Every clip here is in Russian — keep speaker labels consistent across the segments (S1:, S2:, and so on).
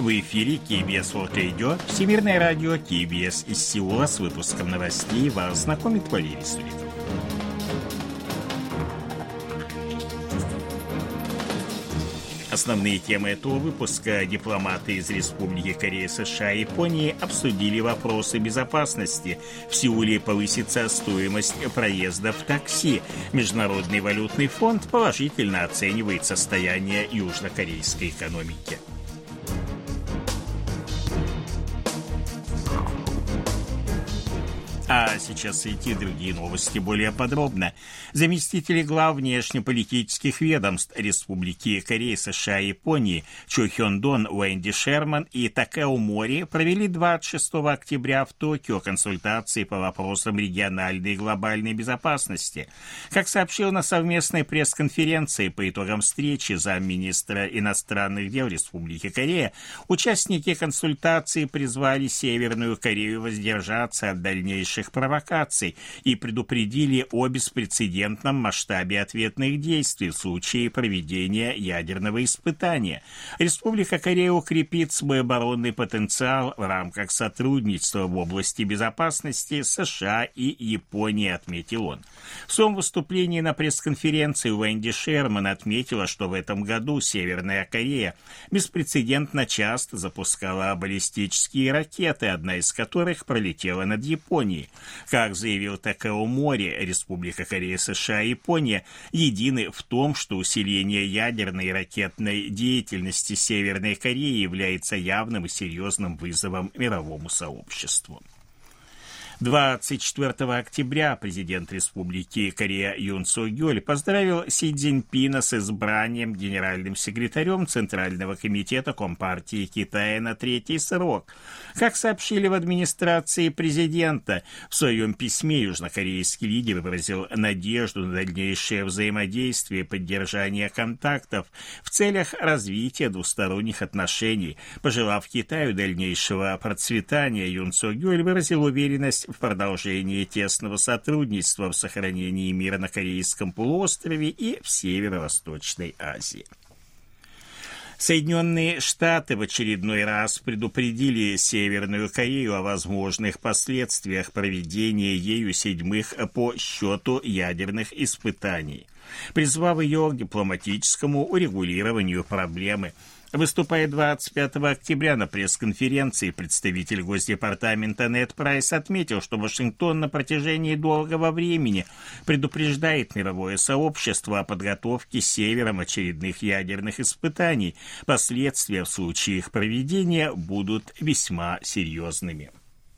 S1: В эфире KBS World Radio, Всемирное радио KBS из Сеула. С выпуском новостей вас знакомит Валерий Суриков. Основные темы этого выпуска. Дипломаты из Республики Корея, США и Японии обсудили вопросы безопасности. В Сеуле повысится стоимость проезда в такси. Международный валютный фонд положительно оценивает состояние южнокорейской экономики. А сейчас эти другие новости более подробно. Заместители глав внешнеполитических ведомств Республики Корея, США и Японии Чо Хён Дон, Уэнди Шерман и Такео Мори провели 26 октября в Токио консультации по вопросам региональной и глобальной безопасности. Как сообщил на совместной пресс-конференции по итогам встречи замминистра иностранных дел Республики Корея, участники консультаций призвали Северную Корею воздержаться от дальнейших провокаций и предупредили о беспрецедентном масштабе ответных действий в случае проведения ядерного испытания. Республика Корея укрепит свой оборонный потенциал в рамках сотрудничества в области безопасности с США и Японией, отметил он. В своем выступлении на пресс-конференции Уэнди Шерман отметила, что в этом году Северная Корея беспрецедентно часто запускала баллистические ракеты, одна из которых пролетела над Японией. Как заявил Такео Мори, Республика Корея, США и Япония едины в том, что усиление ядерной и ракетной деятельности Северной Кореи является явным и серьезным вызовом мировому сообществу. 24 октября президент Республики Корея Юн Сок Гёль поздравил Си Цзиньпина с избранием генеральным секретарем Центрального комитета Компартии Китая на 3-й срок. Как сообщили в администрации президента, в своем письме южнокорейский лидер выразил надежду на дальнейшее взаимодействие и поддержание контактов в целях развития двусторонних отношений. Пожелав Китаю дальнейшего процветания, Юн Сок Гёль выразил уверенность в продолжении тесного сотрудничества в сохранении мира на Корейском полуострове и в Северо-Восточной Азии. Соединенные Штаты в очередной раз предупредили Северную Корею о возможных последствиях проведения ею 7-х по счету ядерных испытаний, призвав ее к дипломатическому урегулированию проблемы. Выступая 25 октября на пресс-конференции, представитель Госдепартамента Нед Прайс отметил, что Вашингтон на протяжении долгого времени предупреждает мировое сообщество о подготовке Севером очередных ядерных испытаний. Последствия в случае их проведения будут весьма серьезными.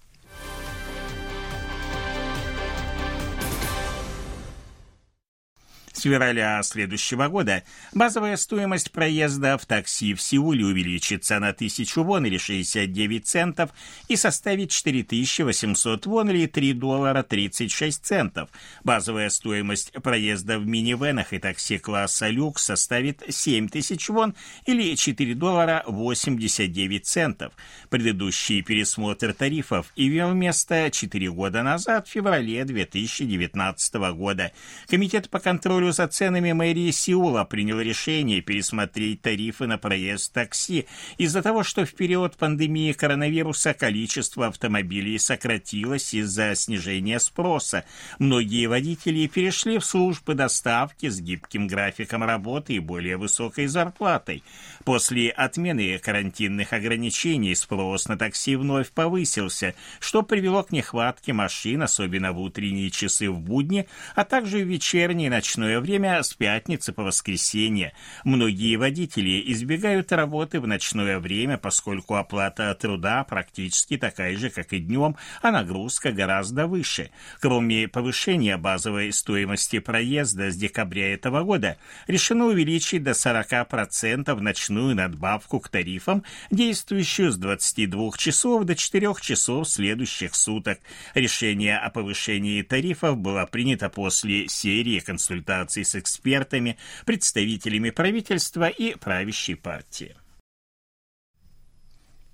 S1: С февраля следующего года базовая стоимость проезда в такси в Сеуле увеличится на 1000 вон или 69 центов и составит 4800 вон или $3 36 центов. Базовая стоимость проезда в минивенах и такси класса люкс составит 7000 вон или $4 89 центов. Предыдущий пересмотр тарифов имел место 4 года назад, в феврале 2019 года. Комитет по контролю за ценами мэрии Сеула принял решение пересмотреть тарифы на проезд в такси из-за того, что в период пандемии коронавируса количество автомобилей сократилось из-за снижения спроса. Многие водители перешли в службы доставки с гибким графиком работы и более высокой зарплатой. После отмены карантинных ограничений спрос на такси вновь повысился, что привело к нехватке машин, особенно в утренние часы в будни, а также в вечернее и ночное время с пятницы по воскресенье. Многие водители избегают работы в ночное время, поскольку оплата труда практически такая же, как и днем, а нагрузка гораздо выше. Кроме повышения базовой стоимости проезда с декабря этого года, решено увеличить до 40% ночную надбавку к тарифам, действующую с 22 часов до 4 часов следующих суток. Решение о повышении тарифов было принято после серии консультаций с экспертами, представителями правительства и правящей партии.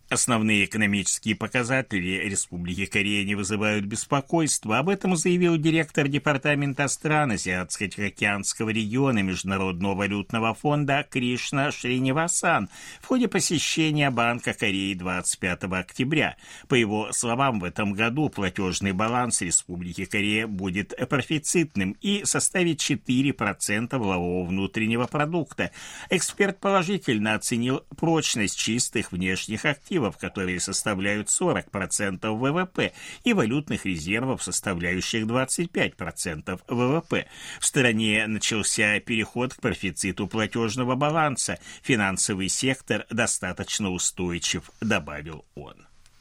S1: Основные экономические показатели Республики Корея не вызывают беспокойства. Об этом заявил директор Департамента стран Азиатско-Тихоокеанского региона Международного валютного фонда Кришна Шринивасан в ходе посещения Банка Кореи 25 октября. По его словам, в этом году платежный баланс Республики Корея будет профицитным и составит 4% валового внутреннего продукта. Эксперт положительно оценил прочность чистых внешних активов, которые составляют 40% ВВП, и валютных резервов, составляющих 25% ВВП. В стране начался переход к профициту платежного баланса. Финансовый сектор достаточно устойчив, добавил он.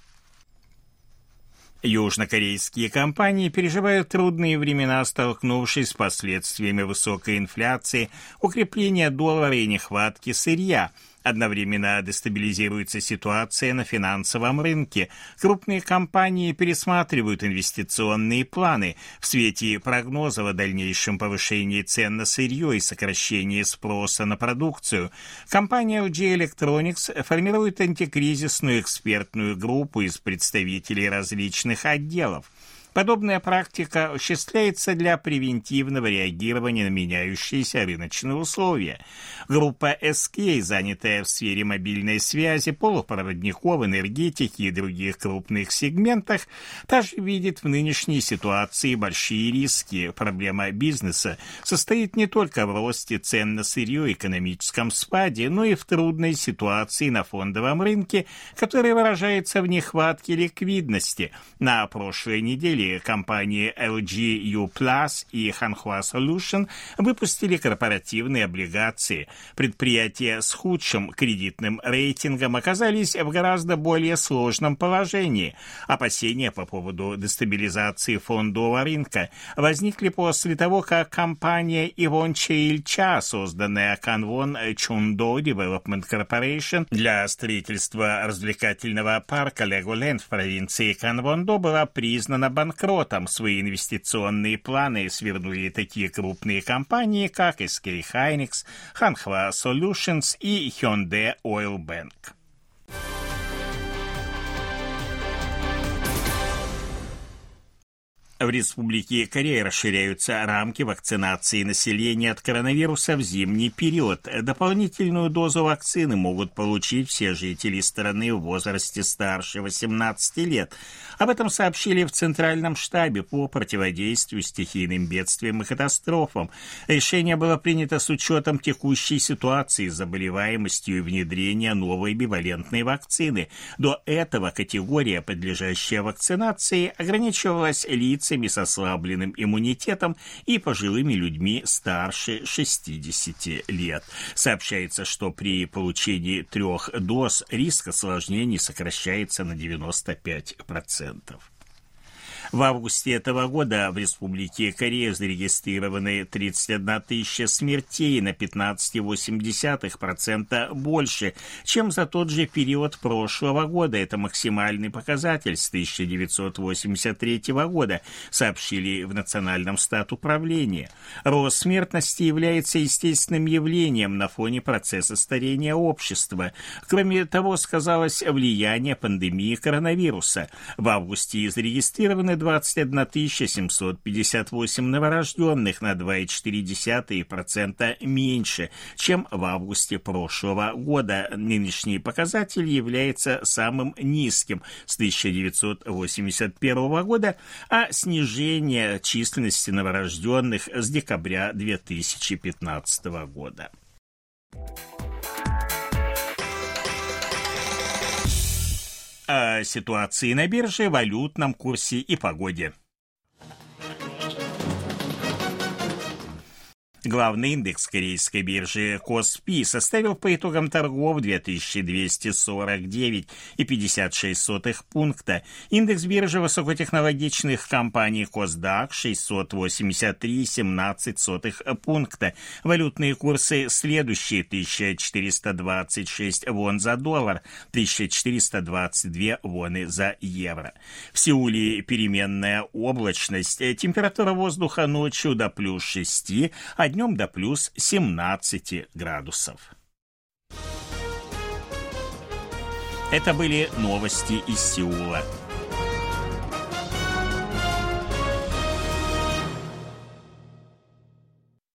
S1: Южнокорейские компании переживают трудные времена, столкнувшись с последствиями высокой инфляции, укрепления доллара и нехватки сырья. Одновременно дестабилизируется ситуация на финансовом рынке. Крупные компании пересматривают инвестиционные планы в свете прогнозов о дальнейшем повышении цен на сырье и сокращении спроса на продукцию. Компания LG Electronics формирует антикризисную экспертную группу из представителей различных отделов. Подобная практика осуществляется для превентивного реагирования на меняющиеся рыночные условия. Группа SK, занятая в сфере мобильной связи, полупроводников, энергетики и других крупных сегментах, также видит в нынешней ситуации большие риски. Проблема бизнеса состоит не только в росте цен на сырье и экономическом спаде, но и в трудной ситуации на фондовом рынке, которая выражается в нехватке ликвидности. На прошлой неделе компании LG U+ и Hanwha Solution выпустили корпоративные облигации. Предприятия с худшим кредитным рейтингом оказались в гораздо более сложном положении. Опасения по поводу дестабилизации фондового рынка возникли после того, как компания Ивонче Ильча, созданная Канвон Чундо Development Corporation для строительства развлекательного парка Legoland в провинции Канвондо, была признана банкротом. Свои инвестиционные планы свернули такие крупные компании, как SK Hynix, Hanwha Solutions и Hyundai Oil Bank. В Республике Корея расширяются рамки вакцинации населения от коронавируса в зимний период. Дополнительную дозу вакцины могут получить все жители страны в возрасте старше 18 лет. Об этом сообщили в Центральном штабе по противодействию стихийным бедствиям и катастрофам. Решение было принято с учетом текущей ситуации с заболеваемостью и внедрения новой бивалентной вакцины. До этого категория, подлежащая вакцинации, ограничивалась лицами с ослабленным иммунитетом и пожилыми людьми старше 60 лет. Сообщается, что при получении 3 доз риск осложнений сокращается на 95%. В августе этого года в Республике Корея зарегистрированы 31 тысяча смертей, на 15,8% больше, чем за тот же период прошлого года. Это максимальный показатель с 1983 года, сообщили в Национальном статуправлении. Рост смертности является естественным явлением на фоне процесса старения общества. Кроме того, сказалось влияние пандемии коронавируса. В августе зарегистрированы 21 758 новорожденных, на 2,4% меньше, чем в августе прошлого года. Нынешний показатель является самым низким с 1981 года, а снижение численности новорожденных с декабря 2015 года. О ситуации на бирже, валютном курсе и погоде. Главный индекс корейской биржи Коспи составил по итогам торгов 2249,56 пункта. Индекс биржи высокотехнологичных компаний Косдак 683,17 пункта. Валютные курсы следующие: 1426 вон за доллар, 1422 воны за евро. В Сеуле переменная облачность, температура воздуха ночью до плюс 6, а днем до плюс 17 градусов. Это были новости из Сеула.